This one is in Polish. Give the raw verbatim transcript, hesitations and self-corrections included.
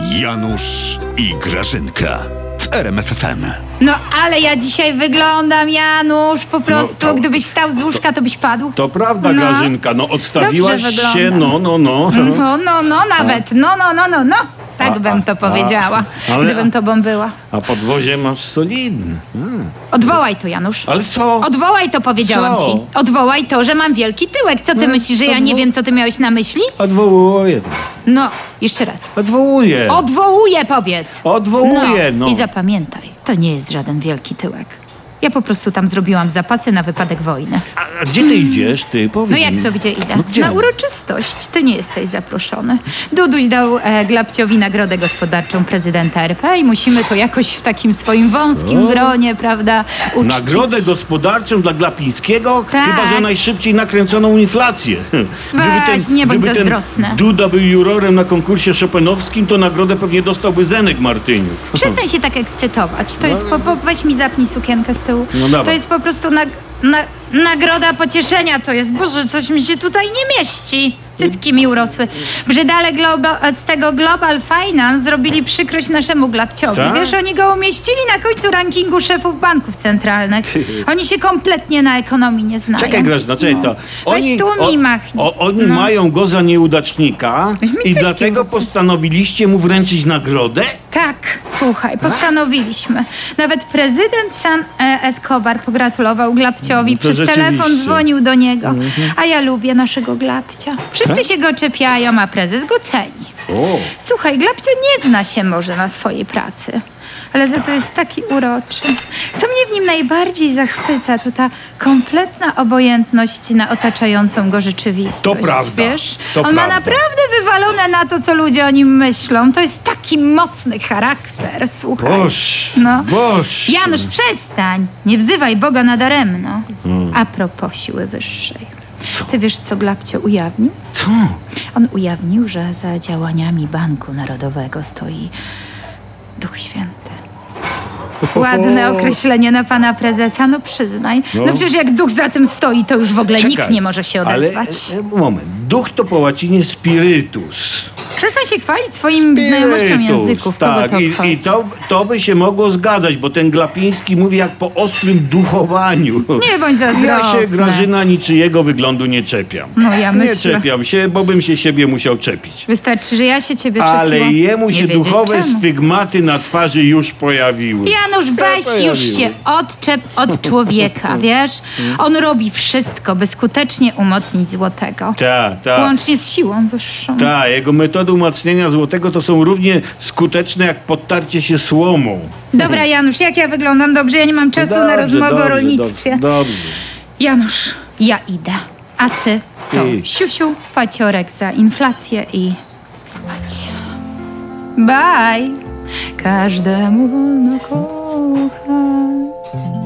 Janusz i Grażynka w R M F F M. No ale ja dzisiaj wyglądam, Janusz, po prostu, to- gdybyś stał z łóżka, to byś padł. To prawda, No. Grażynka, no odstawiłaś Dobrze się, wyglądam. no, no, no. No, no, no, nawet, no, no, no, no, no. Tak A, bym a, to a, powiedziała, ale- gdybym tobą była. A podwozie masz solidne. Mm. Odwołaj to, Janusz. Ale co? Odwołaj to, powiedziałam Co? ci. Odwołaj to, że mam wielki tyłek. Co ty No, myślisz, że ja nie odwo- wiem, co ty miałeś na myśli? Odwołuję. No, jeszcze raz. Odwołuję. Odwołuję, powiedz. Odwołuję, no. I zapamiętaj, to nie jest żaden wielki tyłek. Ja po prostu tam zrobiłam zapasy na wypadek wojny. A, a gdzie ty idziesz, ty? Powiedz No jak mi. to gdzie idę? No gdzie? Na uroczystość. Ty nie jesteś zaproszony. Duduś dał e, Glapciowi nagrodę gospodarczą prezydenta R P i musimy to jakoś w takim swoim wąskim O. gronie, prawda, uczcić. Nagrodę gospodarczą dla Glapińskiego? Tak. Chyba za najszybciej nakręconą inflację. Weź, nie bądź gdyby zazdrosny. ten Duda był jurorem na konkursie chopinowskim, to nagrodę pewnie dostałby Zenek Martyniuk. Przestań się tak ekscytować. To jest po, po, weź mi zapnij sukienkę z tyłu. No dawaj. To jest po prostu nag, na, nagroda pocieszenia to jest. Boże, coś mi się tutaj nie mieści. Cycki mi urosły. Brzydale globa, z tego Global Finance zrobili przykrość naszemu Glapciowi. Tak? Wiesz, oni go umieścili na końcu rankingu szefów banków centralnych. Oni się kompletnie na ekonomii nie znają. Czekaj, Grażyna, czekaj, to Weź tu mi machnij. o, oni No. mają go za nieudacznika Weź mi i cycki dlatego włosy. postanowiliście mu wręczyć nagrodę? Tak, słuchaj, postanowiliśmy. Nawet prezydent San e, Escobar pogratulował Glapciowi. No to Przez telefon rzeczywiście. Mhm. dzwonił do niego. A ja lubię naszego Glapcia. Wszyscy Tak? się go czepiają, a prezes go ceni. O, Słuchaj, Glapcio nie zna się może na swojej pracy, ale za to jest taki uroczy. Co mnie w nim najbardziej zachwyca, to ta kompletna obojętność na otaczającą go rzeczywistość. To prawda, Wiesz? to On ma prawda. naprawdę wywalone na to, co ludzie o nim myślą. To jest taki mocny charakter, słuchaj. boż, No. boż. Janusz, przestań! Nie wzywaj Boga nadaremno. Hmm. A propos siły wyższej. Ty wiesz, co Glapcio ujawnił? Co? On ujawnił, że za działaniami Banku Narodowego stoi Duch Święty. Ładne określenie na pana prezesa, no przyznaj. No, No. przecież jak duch za tym stoi, to już w ogóle nikt Czekaj, nie może się odezwać. Ale, e, moment, duch to po łacinie spiritus. Przestań się chwalić swoim znajomością Spiritus, języków. Kogo tak, to i, obchodzi? i to, to by się mogło zgadać, bo ten Glapiński mówi jak po ostrym duchowaniu. Nie bądź zazdrosny. Ja się, Grażyna, niczyjego wyglądu nie czepiam. No ja Nie myślę. czepiam się, bo bym się siebie musiał czepić. Wystarczy, że ja się ciebie Ale czepiłam. jemu Nie się wiedzieć duchowe czemu. stygmaty na twarzy już pojawiły. Janusz, weź pojawiły. już się odczep od człowieka, wiesz? On robi wszystko, by skutecznie umocnić Złotego. Tak, tak. Łącznie z siłą wyższą. Tak, jego metody umacniania złotego to są równie skuteczne jak podtarcie się słomą. Dobra, Janusz, jak ja wyglądam? Dobrze, ja nie mam czasu na rozmowę dobrze, o rolnictwie. Dobrze, dobrze. Janusz, ja idę. A ty to Ty. siusiu, paciorek za inflację i spać. Bye! Każdemu wolno kochać.